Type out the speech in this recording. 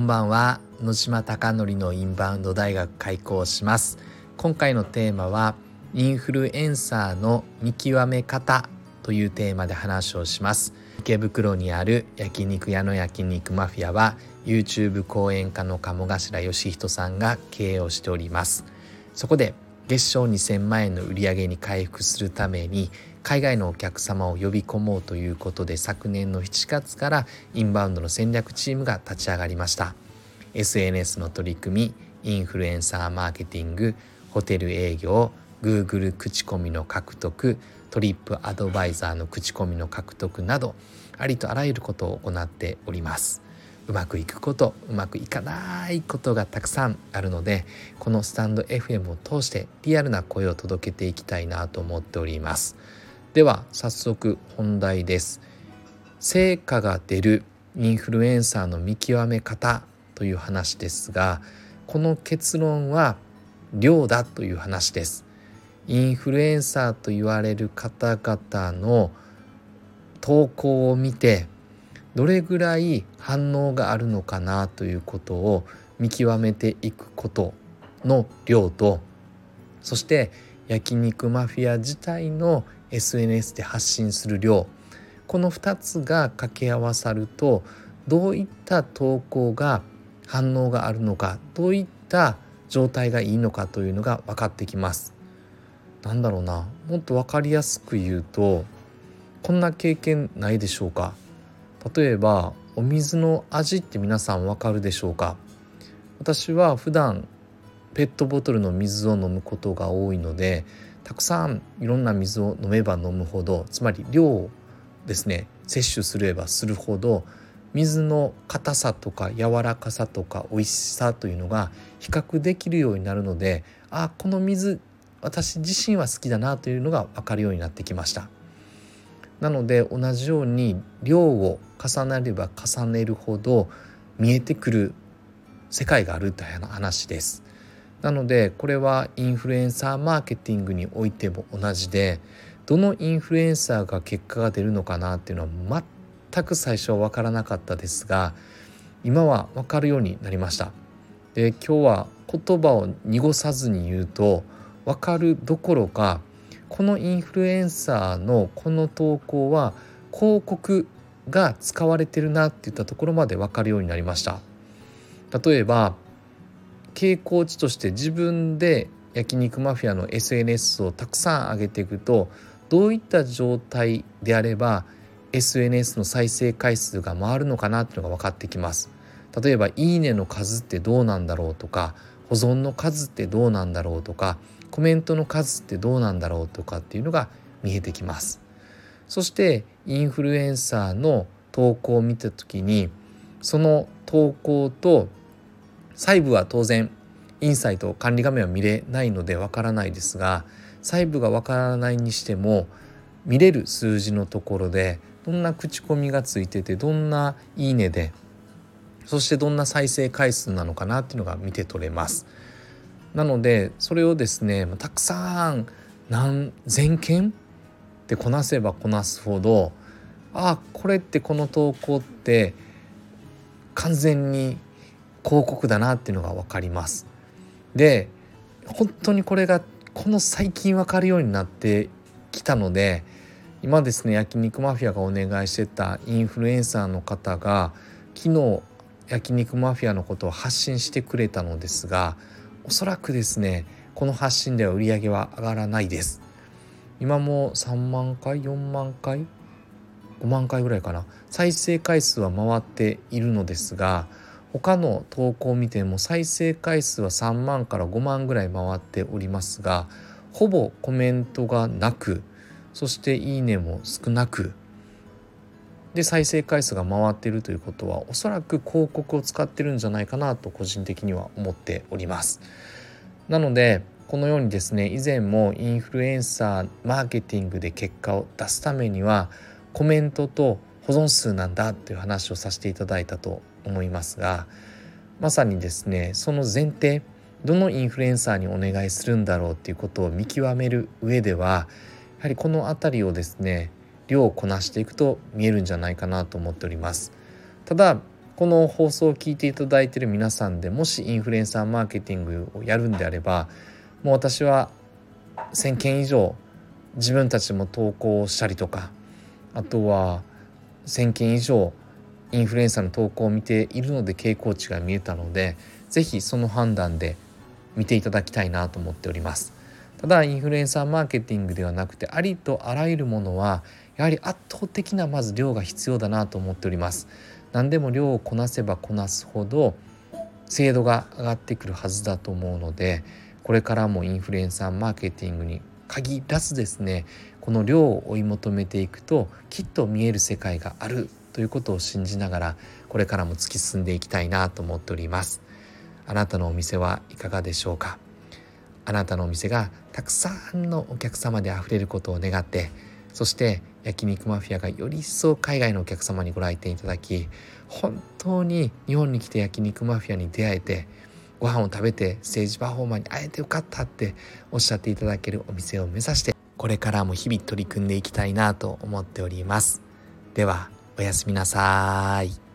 ばんは。野島貴則のインバウンド大学開講します。今回のテーマはインフルエンサーの見極め方というテーマで話をします。池袋にある焼肉屋の焼肉マフィアは YouTube 講演家の鴨頭義人さんが経営をしております。そこで月賞2000万円の売り上げに回復するために海外のお客様を呼び込もうということで、昨年の7月からインバウンドの戦略チームが立ち上がりました。 SNS の取り組み、インフルエンサーマーケティング、ホテル営業、 Google 口コミの獲得、トリップアドバイザーの口コミの獲得など、ありとあらゆることを行っております。うまくいくこと、うまくいかないことがたくさんあるので、このスタンド FM を通してリアルな声を届けていきたいなと思っております。では早速本題です。成果が出るインフルエンサーの見極め方という話ですが、この結論は量だという話です。インフルエンサーと言われる方々の投稿を見て、どれぐらい反応があるのかなということを見極めていくことの量と、そして焼肉マフィア自体の SNS で発信する量、この2つが掛け合わさると、どういった投稿が反応があるのか、どういった状態がいいのかというのが分かってきます。もっと分かりやすく言うと、こんな経験ないでしょうか。例えばお水の味って皆さん分かるでしょうか。私は普段ペットボトルの水を飲むことが多いので、たくさんいろんな水を飲めば飲むほど、つまり量をですね摂取すればするほど、水の硬さとか柔らかさとか美味しさというのが比較できるようになるので、この水私自身は好きだなというのが分かるようになってきました。なので同じように量を重ねれば重ねるほど見えてくる世界があるという話です。なのでこれはインフルエンサーマーケティングにおいても同じで、どのインフルエンサーが結果が出るのかなっていうのは全く最初は分からなかったですが、今は分かるようになりました。で、今日は言葉を濁さずに言うと、分かるどころか、このインフルエンサーのこの投稿は広告が使われてるなっていったところまで分かるようになりました。例えば傾向値として自分で焼肉マフィアの SNS をたくさん上げていくと、どういった状態であれば SNS の再生回数が回るのかなっていうのが分かってきます。例えばいいねの数ってどうなんだろうとか、保存の数ってどうなんだろうとか、コメントの数ってどうなんだろうとかっていうのが見えてきます。そしてインフルエンサーの投稿を見たときに、その投稿と細部は当然インサイト管理画面は見れないのでわからないですが、細部がわからないにしても見れる数字のところで、どんな口コミがついてて、どんないいねで、そしてどんな再生回数なのかなっていうのが見て取れます。なのでそれをですねたくさん何千件ってこなせばこなすほど、これってこの投稿って完全に広告だなっていうのが分かります。で、本当にこれがこの最近分かるようになってきたので、今ですね焼肉マフィアがお願いしてたインフルエンサーの方が昨日焼肉マフィアのことを発信してくれたのですが、おそらくですねこの発信では売り上げは上がらないです。今も3万回4万回5万回ぐらいかな、再生回数は回っているのですが、他の投稿を見ても再生回数は3万から5万ぐらい回っておりますが、ほぼコメントがなく、そしていいねも少なくで、再生回数が回っているということは、おそらく広告を使ってるんじゃないかなと個人的には思っております。なのでこのようにですね、以前もインフルエンサーマーケティングで結果を出すためにはコメントと保存数なんだという話をさせていただいたと思いますが、まさにですねその前提、どのインフルエンサーにお願いするんだろうっていうことを見極める上では、やはりこのあたりをですね量をこなしていくと見えるんじゃないかなと思っております。ただこの放送を聞いていただいている皆さんでもしインフルエンサーマーケティングをやるんであれば、もう私は1000件以上自分たちも投稿したりとか、あとは1000件以上インフルエンサーの投稿を見ているので傾向値が見えたので、ぜひその判断で見ていただきたいなと思っております。ただインフルエンサーマーケティングではなくて、ありとあらゆるものはやはり圧倒的なまず量が必要だなと思っております。何でも量をこなせばこなすほど精度が上がってくるはずだと思うので、これからもインフルエンサーマーケティングに限らずですね、この量を追い求めていくときっと見える世界があるということを信じながら、これからも突き進んでいきたいなと思っております。あなたのお店はいかがでしょうか。あなたのお店がたくさんのお客様であふれることを願って、そして焼肉マフィアがより一層海外のお客様にご来店いただき、本当に日本に来て焼肉マフィアに出会えて、ご飯を食べてステージパフォーマーに会えてよかったっておっしゃっていただけるお店を目指して、これからも日々取り組んでいきたいなと思っております。ではおやすみなさい。